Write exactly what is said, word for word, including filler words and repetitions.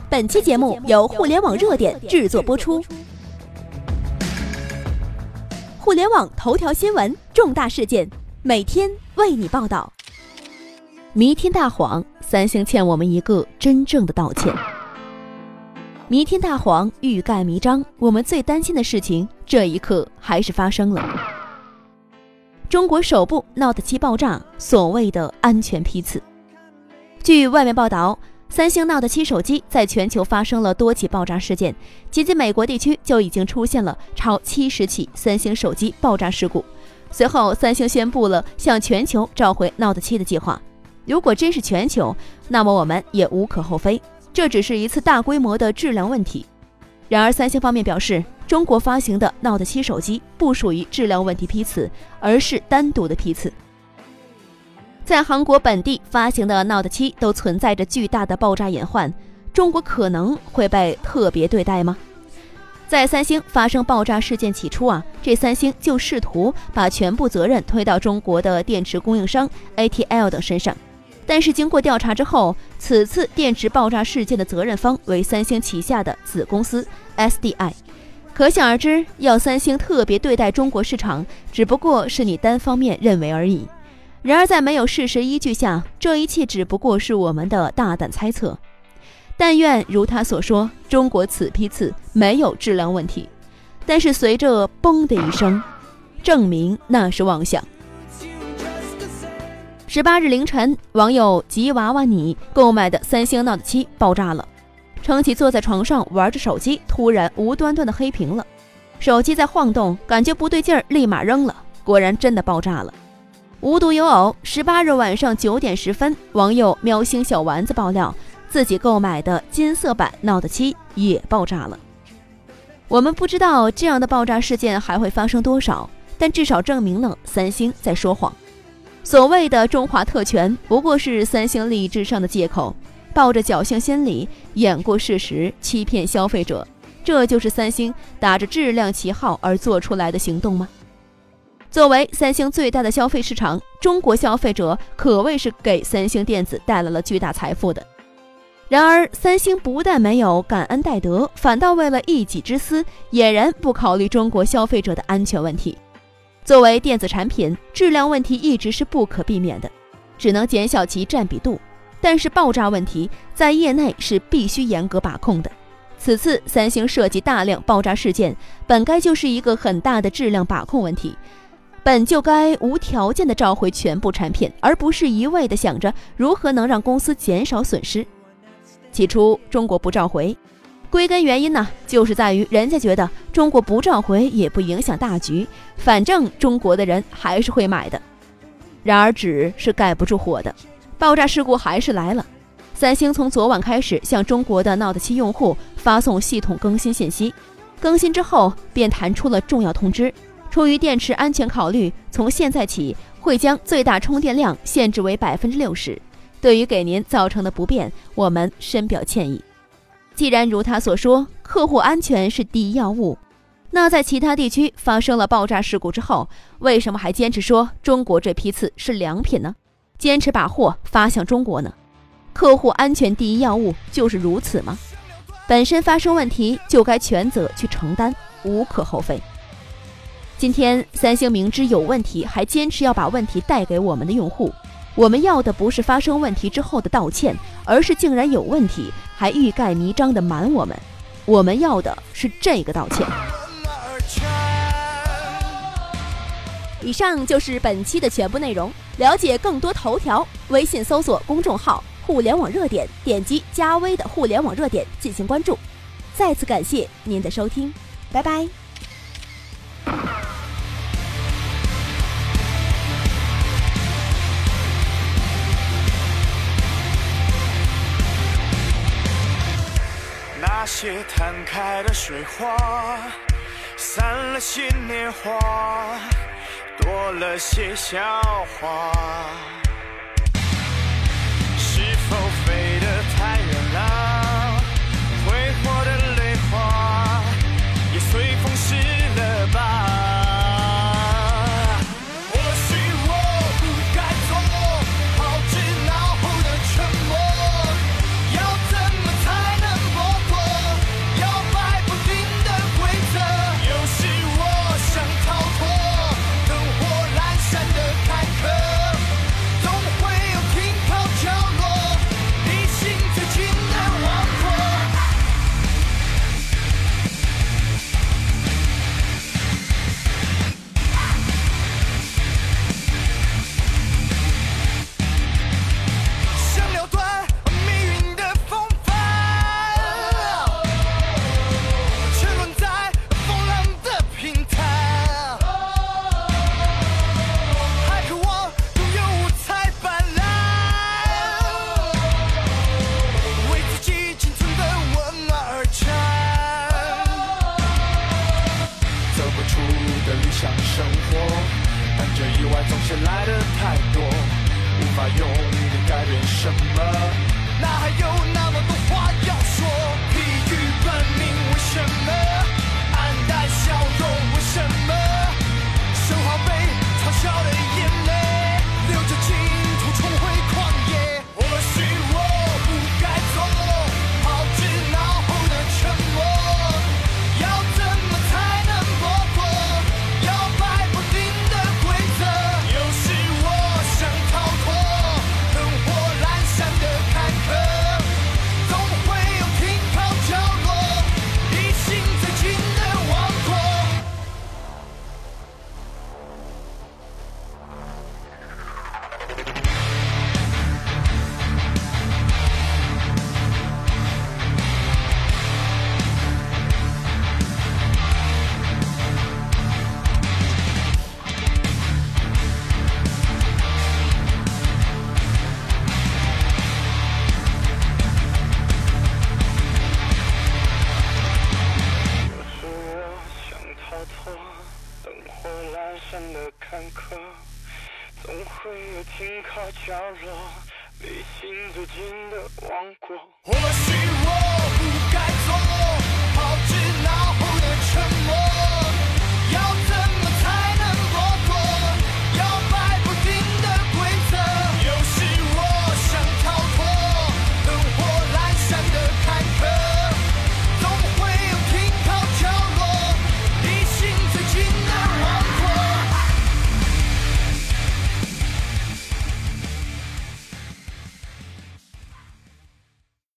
本期节目由互联网热点制作播出。互联网头条新闻，重大事件，每天为你报道。弥天大谎，三星欠我们一个真正的道歉。弥天大谎，欲盖弥彰，我们最担心的事情，这一刻还是发生了。中国首部 Note 七爆炸，所谓的安全批次。据外媒报道，三星 Note 七手机在全球发生了多起爆炸事件，仅仅美国地区就已经出现了超七十起三星手机爆炸事故。随后，三星宣布了向全球召回 Note 七的计划。如果真是全球，那么我们也无可厚非，这只是一次大规模的质量问题。然而，三星方面表示，中国发行的 Note 七手机不属于质量问题批次，而是单独的批次。在韩国本地发行的 Note 七都存在着巨大的爆炸隐患，中国可能会被特别对待吗？在三星发生爆炸事件起初啊，这三星就试图把全部责任推到中国的电池供应商 A T L 等身上。但是经过调查之后，此次电池爆炸事件的责任方为三星旗下的子公司 S D I。 可想而知，要三星特别对待中国市场，只不过是你单方面认为而已。然而在没有事实依据下，这一切只不过是我们的大胆猜测。但愿如他所说，中国此批次没有质量问题。但是随着嘣的一声，证明那是妄想。十八日凌晨，网友吉娃娃你购买的三星 Note 七爆炸了，称其坐在床上玩着手机，突然无端端的黑屏了，手机在晃动，感觉不对劲儿，立马扔了，果然真的爆炸了。无独有偶，十八日晚上九点十分，网友喵星小丸子爆料，自己购买的金色版 Note 七也爆炸了。我们不知道这样的爆炸事件还会发生多少，但至少证明了三星在说谎。所谓的中华特权不过是三星利益至上的借口，抱着侥幸心理掩过事实，欺骗消费者，这就是三星打着质量旗号而做出来的行动吗？作为三星最大的消费市场，中国消费者可谓是给三星电子带来了巨大财富的。然而三星不但没有感恩戴德，反倒为了一己之私，俨然不考虑中国消费者的安全问题。作为电子产品，质量问题一直是不可避免的，只能减小其占比度，但是爆炸问题在业内是必须严格把控的。此次三星涉及大量爆炸事件，本该就是一个很大的质量把控问题，本就该无条件的召回全部产品，而不是一味的想着如何能让公司减少损失。起初中国不召回，归根原因呢，就是在于人家觉得中国不召回也不影响大局，反正中国的人还是会买的。然而纸是盖不住火的，爆炸事故还是来了。三星从昨晚开始向中国的 Note 七用户发送系统更新信息，更新之后便弹出了重要通知，出于电池安全考虑，从现在起会将最大充电量限制为 百分之六十。 对于给您造成的不便，我们深表歉意。既然如他所说，客户安全是第一要务，那在其他地区发生了爆炸事故之后，为什么还坚持说中国这批次是良品呢？坚持把货发向中国呢？客户安全第一要务就是如此吗？本身发生问题就该全责去承担，无可厚非。今天三星明知有问题，还坚持要把问题带给我们的用户。我们要的不是发生问题之后的道歉，而是竟然有问题还欲盖弥彰的瞒我们。我们要的是这个道歉。以上就是本期的全部内容。了解更多头条，微信搜索公众号互联网热点，点击加微的互联网热点进行关注。再次感谢您的收听，拜拜。 那些摊开的水花，散了些年华，多了些笑话。是否飞得太远了？挥霍的泪花也随风逝了吧？或许我不该做抛之脑后的沉默，要怎么才能不什么？哪还有那么多话要说？疲于奔命为什么？黯淡笑容为什么？神话被嘲笑的眼泪，流着净土重回旷野。或许我不该做抛之脑后的沉默，要怎么才能搏过摇摆不定的规则？有时我想逃脱灯火阑珊的坎坷，总会有停靠角落，离心最近的王国。有时我想逃脱灯火阑珊的坎坷，总会有停靠角落，离心最近的王国。或许我